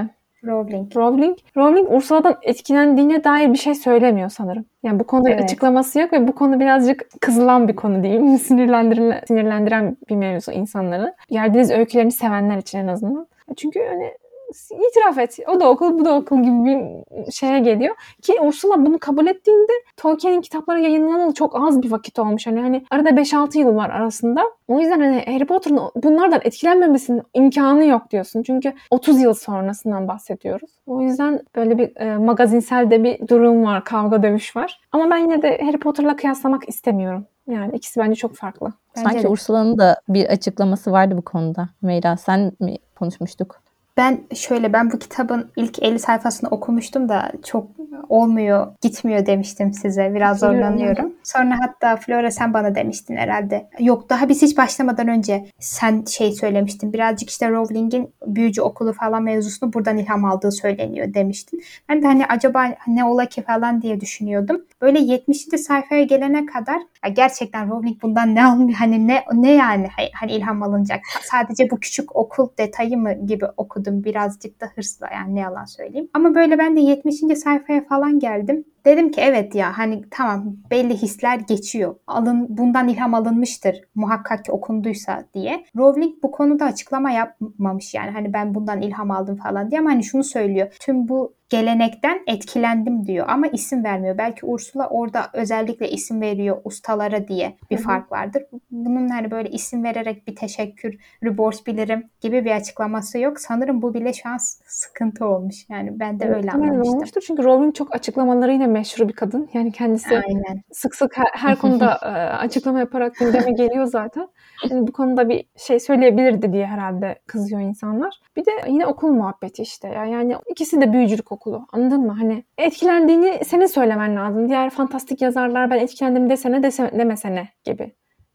Rowling Ursula'dan etkilendiğine dair bir şey söylemiyor sanırım. Yani bu konuda bir açıklaması yok ve bu konu birazcık kızılan bir konu diyeyim. Sinirlendiren bir mevzu insanları. Yerdeniz öykülerini sevenler için en azından. Çünkü hani itiraf et. O da okul, bu da okul gibi bir şeye geliyor. Ki Ursula bunu kabul ettiğinde Tolkien'in kitapları yayınlanalı çok az bir vakit olmuş. Hani arada 5-6 yıl var arasında. O yüzden hani Harry Potter'ın bunlardan etkilenmemesinin imkanı yok diyorsun. Çünkü 30 yıl sonrasından bahsediyoruz. O yüzden böyle bir magazinsel de bir durum var. Kavga dövüş var. Ama ben yine de Harry Potter'la kıyaslamak istemiyorum. Yani ikisi bence çok farklı. Sanki Ursula'nın da bir açıklaması vardı bu konuda. Meyra, sen mi konuşmuştuk? Ben bu kitabın ilk 50 sayfasını okumuştum da çok olmuyor, gitmiyor demiştim size. Biraz zorlanıyorum. Sonra hatta Flora sen bana demiştin herhalde. Yok, daha biz hiç başlamadan önce sen söylemiştin. Birazcık işte Rowling'in büyücü okulu falan mevzusunu buradan ilham aldığı söyleniyor demiştin. Ben de hani acaba ne ola ki falan diye düşünüyordum. Böyle 70. sayfaya gelene kadar gerçekten Rowling bundan ne almıyor? Hani ne yani? Hani ilham alınacak. Sadece bu küçük okul detayı mı gibi okudum. Birazcık da hırsla, yani ne yalan söyleyeyim. Ama böyle ben de 70. sayfaya falan geldim. Dedim ki evet ya, hani tamam, belli hisler geçiyor. Bundan ilham alınmıştır muhakkak ki okunduysa diye. Rowling bu konuda açıklama yapmamış yani. Hani ben bundan ilham aldım falan diye, ama hani şunu söylüyor. Tüm bu gelenekten etkilendim diyor ama isim vermiyor. Belki Ursula orada özellikle isim veriyor ustalara diye bir fark vardır. Bunun hani böyle isim vererek bir teşekkürü borç bilirim gibi bir açıklaması yok. Sanırım bu bile şu an sıkıntı olmuş. Yani ben de öyle anlamıştım. Olmuştur çünkü Rowling çok açıklamalarıyla meşhur bir kadın. Yani kendisi sık sık her konuda açıklama yaparak gündeme geliyor zaten. Yani bu konuda bir şey söyleyebilirdi diye herhalde kızıyor insanlar. Bir de yine okul muhabbeti işte. Yani ikisi de büyücülük okulu. Anladın mı? Hani etkilendiğini senin söylemen lazım. Diğer fantastik yazarlar ben etkilendim desene demesene gibi.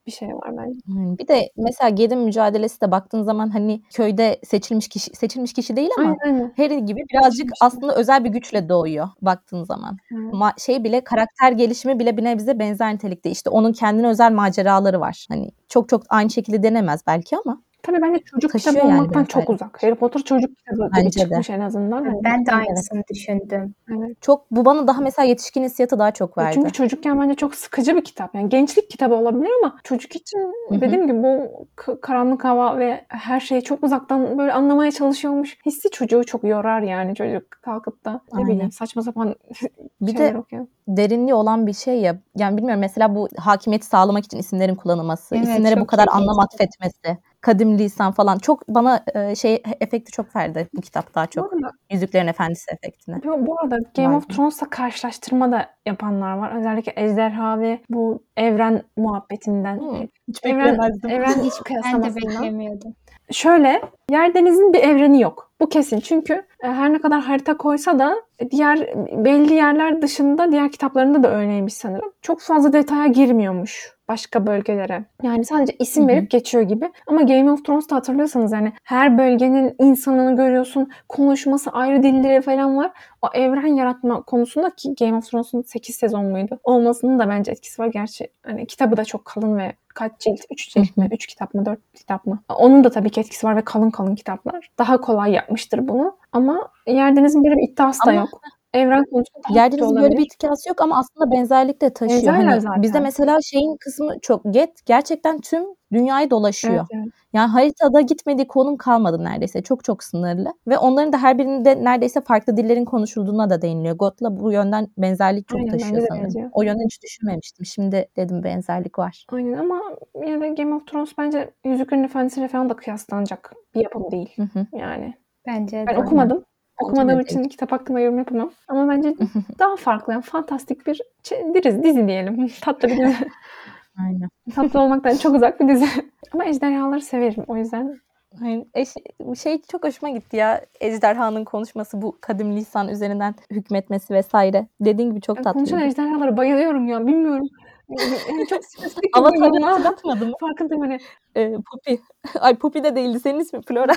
bir şey var bence. Bir de mesela Gedin mücadelesi de baktığın zaman hani köyde seçilmiş kişi değil ama Aynen. Harry gibi birazcık Seçilmiş aslında özel bir güçle doğuyor baktığın zaman. Evet. Şey bile karakter gelişimi bile bir nebze benzer nitelikte. İşte onun kendine özel maceraları var. Hani çok aynı şekilde denemez belki ama Tabii bence çocuk kitabı taşıyor yani olmaktan çok benzerlik. uzak. Harry Potter çocuk kitabı gibi Bence de. çıkmış en azından. Hani Ben de Evet. aynısını düşündüm. evet. Çok bu bana daha mesela yetişkin hissiyatı daha çok verdi. Çünkü çocukken bence çok sıkıcı bir kitap. Yani gençlik kitabı olabilir ama çocuk için Hı hı. dediğim gibi bu karanlık hava ve her şeyi çok uzaktan böyle anlamaya çalışıyormuş hissi çocuğu çok yorar yani. Çocuk kalkıp da ne Aynen. bileyim saçma sapan Bir şeyler de okuyor. derinliği olan bir şey ya. Yani bilmiyorum mesela bu hakimiyeti sağlamak için isimlerin kullanılması, Evet, isimlere bu çok kadar ilginç. anlam atfetmesi, kadim lisan falan çok bana şey efekti çok verdi bu kitap daha Bu çok. arada, Yüzüklerin Efendisi efektini. bu arada Game of Vardı. Thrones'la karşılaştırma da yapanlar var. Özellikle ejderha ve bu evren muhabbetinden. Hiç Evren Ben de kıyaslamasından. beklemiyordum. Şöyle, Yerdeniz'in bir evreni yok. Bu kesin. Çünkü her ne kadar harita koysa da diğer belli yerler dışında diğer kitaplarında da öyleymiş sanırım. Çok fazla detaya girmiyormuş başka bölgelere. Yani sadece isim verip geçiyor gibi. Ama Game of Thrones'ta hatırlıyorsanız yani her bölgenin insanını görüyorsun. Konuşması, ayrı dilleri falan var. O evren yaratma konusunda ki Game of Thrones'un 8 sezon muydu? Olmasının da bence etkisi var. Gerçi hani kitabı da çok kalın ve kaç cilt? 3 cilt mi? 3 kitap mı? 4 kitap mı? Onun da tabii ki etkisi var ve kalın kitaplar. Daha kolay yapmıştır bunu. Ama Yerdeniz'in böyle bir iddiası da Ama yok. Evren konusunda daha kötü Yerdeniz'in böyle bir olabilir. iddiası yok ama aslında benzerlik de taşıyor. Benzerler Hani bizde zaten. mesela şeyin kısmı çok gerçekten tüm dünyayı dolaşıyor. Evet. Yani haritada gitmediği konum kalmadı neredeyse. Çok sınırlı. Ve onların da her birinde neredeyse farklı dillerin konuşulduğuna da değiniliyor. Got'la bu yönden benzerlik çok Aynen, taşıyor bence de sanırım. benziyor. O yönden hiç düşünmemiştim. Şimdi dedim benzerlik var. Aynen ama yine de Game of Thrones bence Yüzüklerin Efendisi'yle falan da kıyaslanacak bir yapım değil. Hı hı. Yani. Bence Ben de. okumadım. Bence Okumadığım de için değil. kitap hakkında yorum yapamam. Ama bence daha farklı. Yani fantastik bir dizi diyelim. Tatlı bir dizi. Aynen. Tatlı olmaktan çok uzak bir dizi. Ama ejderhaları severim. O yüzden Aynen. Şey çok hoşuma gitti ya. Ejderhanın konuşması, bu kadim lisan üzerinden hükmetmesi vesaire. Dediğin gibi çok konuşan tatlıydı. ejderhalara bayılıyorum ya. Bilmiyorum. Yani çok spesifik bir Avatar'ı durum ama hatırlatmadı mı? farkındayım hani. Poppy. Ay Poppy de değildi. Senin ismin Flora.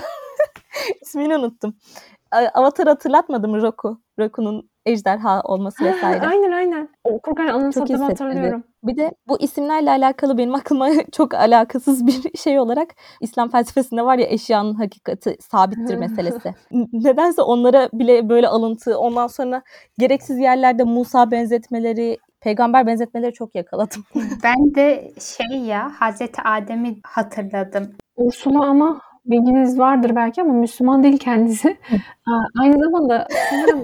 İsmini unuttum. Avatar'ı hatırlatmadı mı Roku? Roku'nun ejderha olması vesaire. Aynen. Okurken Çok anımsattığımı hissettirdi. hatırlıyorum. Bir de bu isimlerle alakalı benim aklıma çok alakasız bir şey olarak İslam felsefesinde var ya eşyanın hakikati sabittir meselesi. Nedense onlara bile böyle alıntı, ondan sonra gereksiz yerlerde Musa benzetmeleri, peygamber benzetmeleri çok yakaladım. Ben de Hazreti Adem'i hatırladım. Ursula ama bilginiz vardır belki ama Müslüman değil kendisi. Aynı zamanda sanırım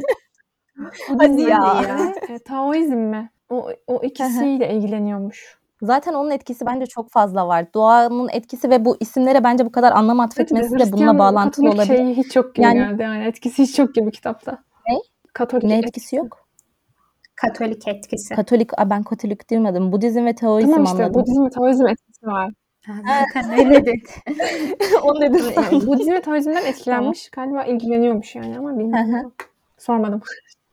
Hadi Budizm ya. ve Taoizm mi? O ikisiyle ilgileniyormuş. Zaten onun etkisi bence çok fazla var. Doğanın etkisi ve bu isimlere bence bu kadar anlam Bence de atfetmesi de bununla Hristiyan, bağlantılı Katolik olabilir. şeyi hiç yok gibi Yani geldi. Yani etkisi hiç yok gibi kitapta. ne? Katolik Ne etkisi. etkisi yok? Katolik etkisi. Ben Katolik duymadım. Budizm ve Taoizm Tamam işte anladım. Budizm ve Taoizm etkisi var. Zaten öyle dedi. Onu dedim Yani sandım. Budizm ve Taoizm'den etkilenmiş. Galiba ilgileniyormuş yani ama bilmiyorum. Sormadım.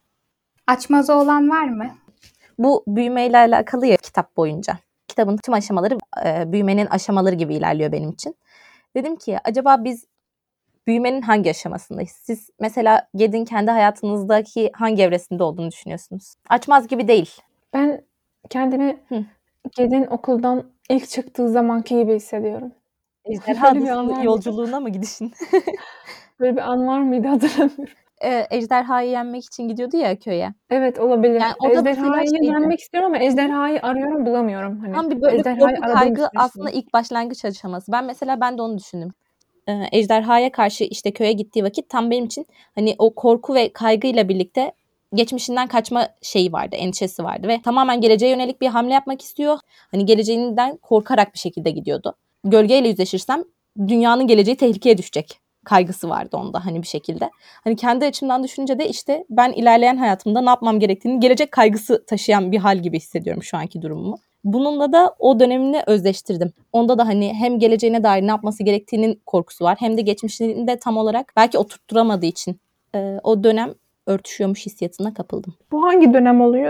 Açmazı olan var mı? Bu büyümeyle alakalı ya kitap boyunca. Kitabın tüm aşamaları büyümenin aşamaları gibi ilerliyor benim için. Dedim ki acaba biz büyümenin hangi aşamasındayız? Siz mesela Ged'in kendi hayatınızdaki hangi evresinde olduğunu düşünüyorsunuz? Açmaz gibi değil. Ben kendimi Ged'in okuldan ilk çıktığı zamanki gibi hissediyorum. Ejderha Böyle bir an var Adası'nın mıydı? yolculuğuna mı gidişin? Böyle bir an var mıydı hatırlamıyorum. Ejderhayı yenmek için gidiyordu ya köye. Evet olabilir. Yani o da mesela Ejderhayı şeydi. yenmek istiyorum ama ejderhayı arıyorum bulamıyorum. Hani Tam bir böyle ejderhayı korku aradığım kaygı bir süreç aslında bu. ilk başlangıç aşaması. Ben de onu düşündüm. Ejderhaya karşı işte köye gittiği vakit tam benim için hani o korku ve kaygıyla birlikte geçmişinden kaçma şeyi vardı, endişesi vardı ve tamamen geleceğe yönelik bir hamle yapmak istiyor. Hani geleceğinden korkarak bir şekilde gidiyordu. Gölgeyle yüzleşirsem dünyanın geleceği tehlikeye düşecek kaygısı vardı onda hani bir şekilde. Hani kendi açımdan düşününce de işte ben ilerleyen hayatımda ne yapmam gerektiğini gelecek kaygısı taşıyan bir hal gibi hissediyorum şu anki durumumu. Bununla da o dönemini özleştirdim. Onda da hani hem geleceğine dair ne yapması gerektiğinin korkusu var. Hem de geçmişinde tam olarak belki oturtturamadığı için o dönem örtüşüyormuş hissiyatına kapıldım. Bu hangi dönem oluyor tam?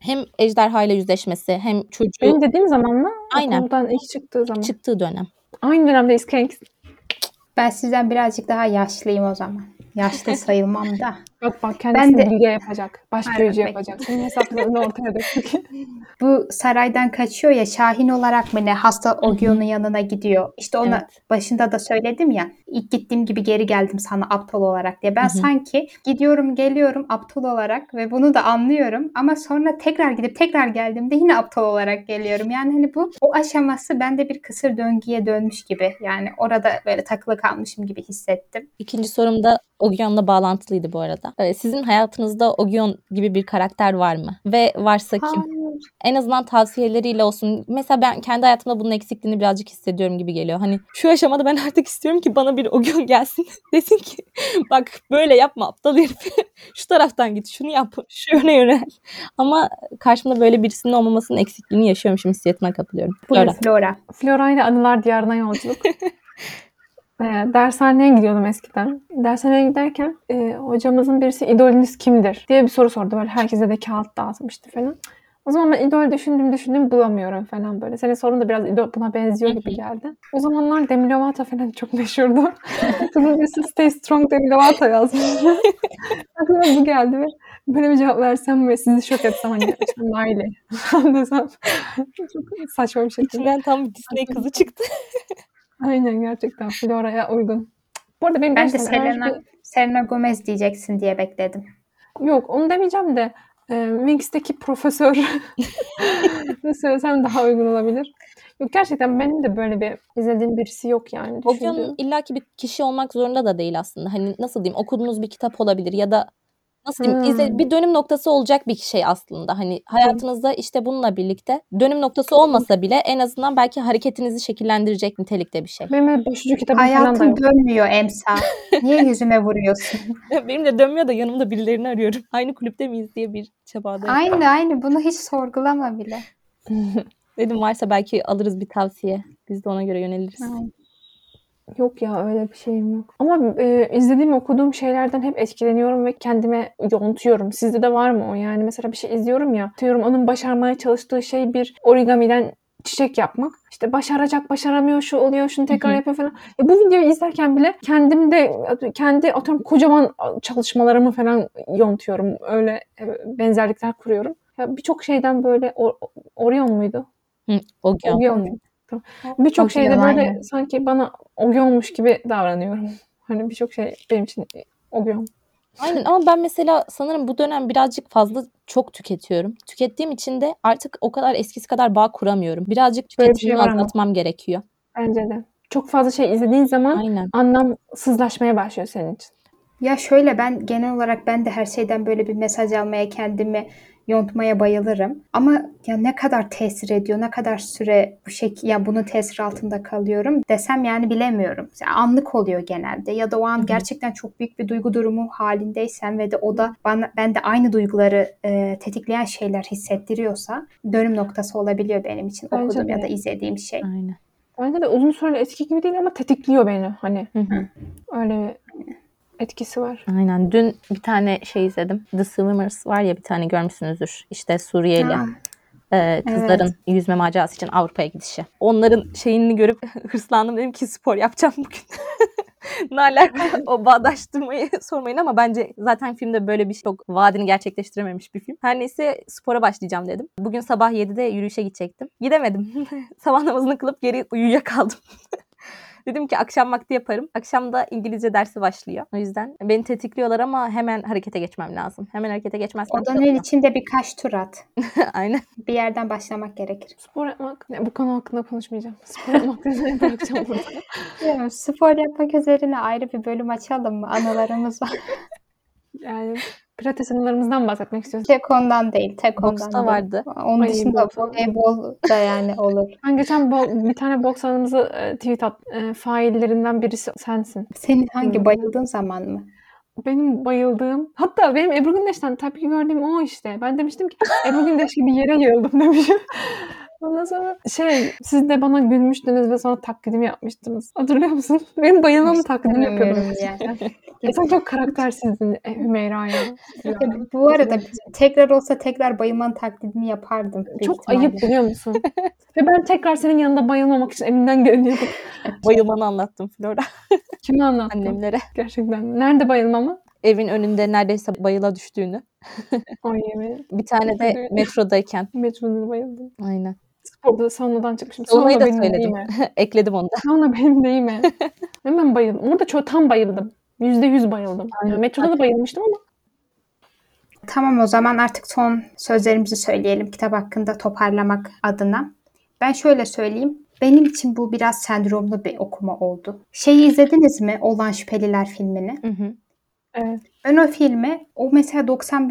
Hem ejderhayla yüzleşmesi hem çocuğu Benim dediğim zaman mı? Aynen. Okuldan ilk çıktığı zaman. çıktığı dönem. Aynı dönemdeyiz Kanks. Ben sizden birazcık daha yaşlıyım o zaman. Yaşlı sayılmam da. Bak kendisini Ben de- bilge yapacak. Baş Hayır, büyücü bak- yapacak. Senin hesaplarını ortaya döktük. Bu saraydan kaçıyor ya, Şahin olarak mı ne, hasta Ogion'un yanına gidiyor. İşte ona Evet. başında da söyledim ya, ilk gittiğim gibi geri geldim sana aptal olarak diye. Ben sanki gidiyorum geliyorum aptal olarak ve bunu da anlıyorum ama sonra tekrar gidip tekrar geldiğimde yine aptal olarak geliyorum. Yani hani bu o aşaması bende bir kısır döngüye dönmüş gibi. Yani orada böyle takılı kalmışım gibi hissettim. İkinci sorum da Ogion'la bağlantılıydı bu arada. Sizin hayatınızda Ogion gibi bir karakter var mı? Ve varsa kim? En azından tavsiyeleriyle olsun. Mesela ben kendi hayatımda bunun eksikliğini birazcık hissediyorum gibi geliyor. Hani şu aşamada ben artık istiyorum ki bana bir Ogion gelsin. Desin ki bak böyle yapma aptal herif. Şu taraftan git, şunu yap, şu yöne yönel. Ama karşımda böyle birisinin olmamasının eksikliğini yaşıyormuşum hissiyatına kapılıyorum. Buyur Flora. Flora. Flora ile Anılar Diyarına yolculuk. Dershaneye gidiyordum eskiden. Dershaneye giderken hocamızın birisi idolünüz kimdir diye bir soru sordu. Böyle herkese de kağıt dağıtmıştı falan. O zaman ben idol düşündüm bulamıyorum falan böyle. Senin sorun da biraz idol buna benziyor gibi geldi. O zamanlar Demi Lovato falan çok meşhurdu. Kızın birisi Stay Strong Demi Lovato yazmış. Aklıma bu geldi ve böyle bir cevap versem ve sizi şok etsem hani işte Miley desem çok saçma bir şekilde. İçinden tam bir Disney kızı çıktı. Aynen gerçekten Flora'ya uygun. Bu arada benim Ben de gerçekten Selena Gomez diyeceksin diye bekledim. yok onu demeyeceğim de Wings'teki profesör ne söylesem daha uygun olabilir. Yok gerçekten benim de böyle bir izlediğim birisi yok yani. Ogyon Düşündüğüm. illaki bir kişi olmak zorunda da değil aslında. Hani nasıl diyeyim, okuduğunuz bir kitap olabilir ya da nasıl diyeyim, bir dönüm noktası olacak bir şey aslında. Hani hayatınızda işte bununla birlikte dönüm noktası olmasa bile en azından belki hareketinizi şekillendirecek nitelikte bir şey. Benim öyle başucu kitabım falan da Hayatım yok. dönmüyor Emsa. Niye yüzüme vuruyorsun? Benim de dönmüyor da yanımda birilerini arıyorum. Aynı kulüpte miyiz diye bir çabadayım. Aynı. Bunu hiç sorgulama bile. Dedim varsa belki alırız bir tavsiye. Biz de ona göre yöneliriz. Aynen. Yok ya öyle bir şeyim yok. Ama izlediğim, okuduğum şeylerden hep etkileniyorum ve kendime yontuyorum. Sizde de var mı o? Yani mesela bir şey izliyorum ya. Diyorum onun başarmaya çalıştığı şey bir origamiden çiçek yapmak. İşte başaracak, başaramıyor, şu oluyor, şunu tekrar yapıyor falan. Bu videoyu izlerken bile kendi atıyorum kocaman çalışmalarımı falan yontuyorum. Öyle benzerlikler kuruyorum. Ya birçok şeyden böyle Orion muydu? Ogyon. Ogyon. Tamam. Birçok şeyde Ogyon, böyle aynen. sanki bana Ogyon'muş gibi davranıyorum. Hani birçok şey benim için Ogyon. Aynen ama ben mesela sanırım bu dönem birazcık fazla çok tüketiyorum. Tükettiğim için de artık o kadar eskisi kadar bağ kuramıyorum. Birazcık Böyle bir tüketimimi şey var ama. azaltmam gerekiyor. Bence de. Çok fazla şey izlediğin zaman Aynen. anlamsızlaşmaya başlıyor senin için. Ya şöyle, ben genel olarak ben de her şeyden böyle bir mesaj almaya, kendimi yontmaya bayılırım. Ama ya ne kadar tesir ediyor, ne kadar süre bu şekil ya bunun tesiri altında kalıyorum desem yani bilemiyorum. Yani anlık oluyor genelde ya da o an gerçekten çok büyük bir duygu durumu halindeysem ve de o da bende aynı duyguları tetikleyen şeyler hissettiriyorsa dönüm noktası olabiliyor benim için Bence okuduğum de. ya da izlediğim şey. Aynen. Bence de uzun süreli etki gibi değil ama tetikliyor beni. Hani öyle bir etkisi var. Aynen. Dün bir tane şey izledim. The Swimmers var ya, bir tane görmüşsünüzdür. İşte Suriyeli Ha, kızların yüzme macerası için Avrupa'ya gidişi. Onların şeyini görüp hırslandım. Dedim ki spor yapacağım bugün. Ne alaka o bağdaştırmayı sormayın ama bence zaten filmde böyle bir şey çok vaadini gerçekleştirememiş bir film. Her neyse spora başlayacağım dedim. Bugün sabah 7'de yürüyüşe gidecektim. Gidemedim. Sabah namazını kılıp geri uyuyakaldım. Dedim ki akşam vakti yaparım. Akşam da İngilizce dersi başlıyor. O yüzden beni tetikliyorlar ama hemen harekete geçmem lazım. Hemen harekete geçmezsem odanın içinde birkaç tur at. Aynen. Bir yerden başlamak gerekir. Spor yapmak. Bu konu hakkında konuşmayacağım. Spor yapmak üzerine bırakacağım burada. Ya, spor yapmak üzerine ayrı bir bölüm açalım mı? Anılarımız var. Yani pilates anılarımızdan bahsetmek istiyoruz. Tek ondan değil, tek Boksta ondan vardı. değil. Onun Ay, dışında boksta. voleybol da yani olur. Ben geçen bir tane boks anımızı tweet at. Faillerinden birisi sensin. Senin hangi bayıldığın zaman mı? Benim bayıldığım, hatta benim Ebru Gündeş'ten tepki gördüğüm o işte. Ben demiştim ki Ebru Gündeş gibi yere yığıldım demişim. Ondan sonra siz de bana gülmüştünüz ve sonra taklidimi yapmıştınız. Hatırlıyor musun? Benim bayılmamın taklidini yapıyordum. Sen çok karaktersizdin Hümeyra ya. Bu arada tekrar olsa tekrar bayılmanın taklidini yapardım. Çok ayıp biliyor musun? Ve ben tekrar senin yanında bayılmamak için elimden geleni yapıp Bayılmanı anlattım Flora. kime anlattın? Annemlere. Gerçekten. Nerede bayılmamı? Evin önünde neredeyse bayıla düştüğünü. Ay yemin. Bir tane de metrodayken. Metroda bayıldım. Aynen. Sporda saunadan çıkmışım. Saunayı da benim söyledim. değil mi? Ekledim onu da. Sauna benim değil mi? Hemen bayıldım. Orada tam bayıldım. %100 bayıldım. Aynen. Yani metroda da bayılmıştım ama. Tamam, o zaman artık son sözlerimizi söyleyelim kitap hakkında toparlamak adına. Ben şöyle söyleyeyim. Benim için bu biraz sendromlu bir okuma oldu. İzlediniz mi? Olan Şüpheliler filmini. Hı. Evet. Ben o filmi, o mesela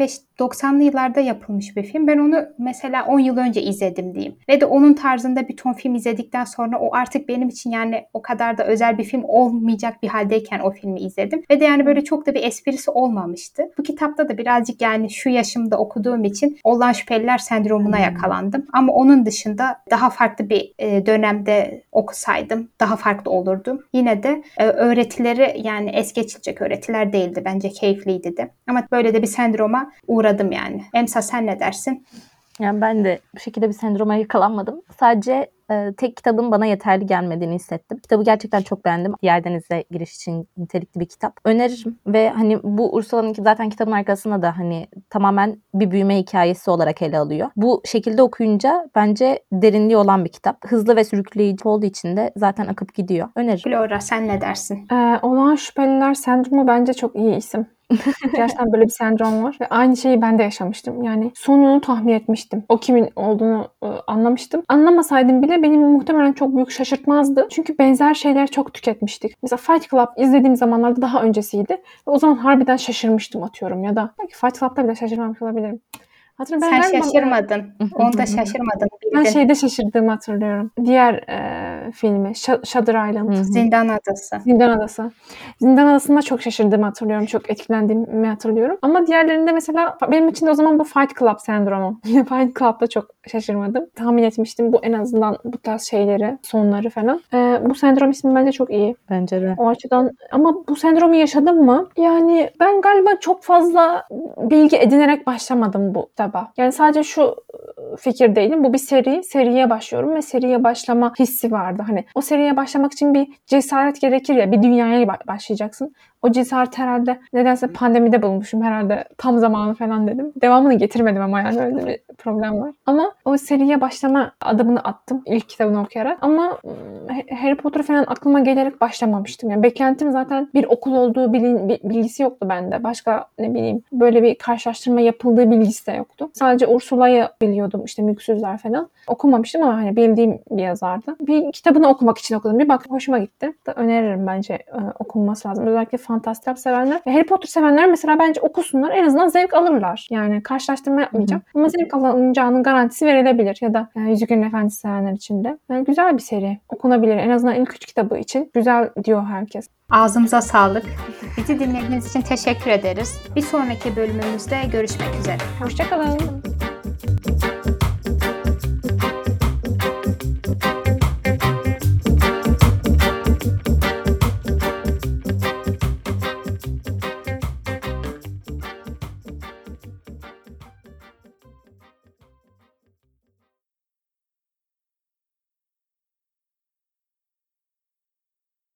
90'lı yıllarda yapılmış bir film. Ben onu mesela 10 yıl önce izledim diyeyim. Ve de onun tarzında bir ton film izledikten sonra o artık benim için yani o kadar da özel bir film olmayacak bir haldeyken o filmi izledim. Ve de yani böyle çok da bir esprisi olmamıştı. Bu kitapta da birazcık yani şu yaşımda okuduğum için Olan Şüpheliler sendromuna yakalandım. Ama onun dışında daha farklı bir dönemde okusaydım daha farklı olurdum. Yine de öğretileri yani es geçilecek öğretiler değildi. Bence keyifliydi de. Ama böyle de bir sendroma uğradım yani. Emsa, sen ne dersin? Yani ben de bu şekilde bir sendroma yakalanmadım. Sadece tek kitabın bana yeterli gelmediğini hissettim. Kitabı gerçekten çok beğendim. Yerdeniz'e giriş için nitelikli bir kitap. Öneririm. Ve hani bu Ursula'nınki zaten kitabın arkasında da hani tamamen bir büyüme hikayesi olarak ele alıyor. Bu şekilde okuyunca bence derinliği olan bir kitap. Hızlı ve sürükleyici olduğu için de zaten akıp gidiyor. Öneririm. Flora, sen ne dersin? Olan Şüpheliler sendromu bence çok iyi isim. Gerçekten böyle bir sendrom var. Ve aynı şeyi ben de yaşamıştım. Yani sonunu tahmin etmiştim. O kimin olduğunu anlamıştım. Anlamasaydım bile beni muhtemelen çok büyük şaşırtmazdı. Çünkü benzer şeyler çok tüketmiştik. Mesela Fight Club izlediğim zamanlarda daha öncesiydi. Ve o zaman harbiden şaşırmıştım atıyorum. Ya da belki Fight Club'da bile şaşırmamış olabilirim. Sen şaşırmadın. Onda şaşırmadın. Ben şeyde şaşırdığımı hatırlıyorum. Diğer filmi Shutter Island. Zindan Adası. Zindan Adası. Zindan Adası'nda çok şaşırdığımı hatırlıyorum. Çok etkilendiğimi hatırlıyorum. Ama diğerlerinde mesela benim için de o zaman bu Fight Club sendromu. Yine Fight Club'da çok şaşırmadım. Tahmin etmiştim bu en azından bu tarz şeyleri, sonları falan. Bu sendrom ismi bence çok iyi. Bence de. O açıdan ama bu sendromu yaşadım mı? Yani ben galiba çok fazla bilgi edinerek başlamadım bu kitaba. Yani sadece şu fikirdeydim. Bu bir seri. Seriye başlıyorum ve seriye başlama hissi vardı. Hani o seriye başlamak için bir cesaret gerekir ya. Bir dünyaya başlayacaksın. O cesaret herhalde nedense pandemide bulmuşum herhalde. Tam zamanı falan dedim. Devamını getirmedim ama yani öyle bir problem var. Ama o seriye başlama adımını attım ilk kitabını okuyarak. Ama Harry Potter falan aklıma gelerek başlamamıştım. Yani beklentim zaten bir okul olduğu bilgisi yoktu bende. Başka ne bileyim böyle bir karşılaştırma yapıldığı bilgisi de yoktu. Sadece Ursula'yı biliyordum işte Mülksüzler falan. Okumamıştım ama hani bildiğim bir yazardı. Bir kitabını okumak için okudum. Bir baktım hoşuma gitti. Da öneririm bence okunması lazım. Özellikle fantastik kitap sevenler ve Harry Potter sevenler mesela bence okusunlar. En azından zevk alırlar. Yani karşılaştırma yapmayacağım. Ama zevk alınacağının garantisi verilebilir. Ya da Yüzüklerin Efendisi sevenler için de. Yani güzel bir seri. Okunabilir. En azından ilk 3 kitabı için. Güzel diyor herkes. Ağzımıza sağlık. Bizi dinlediğiniz için teşekkür ederiz. Bir sonraki bölümümüzde görüşmek üzere. Hoşçakalın.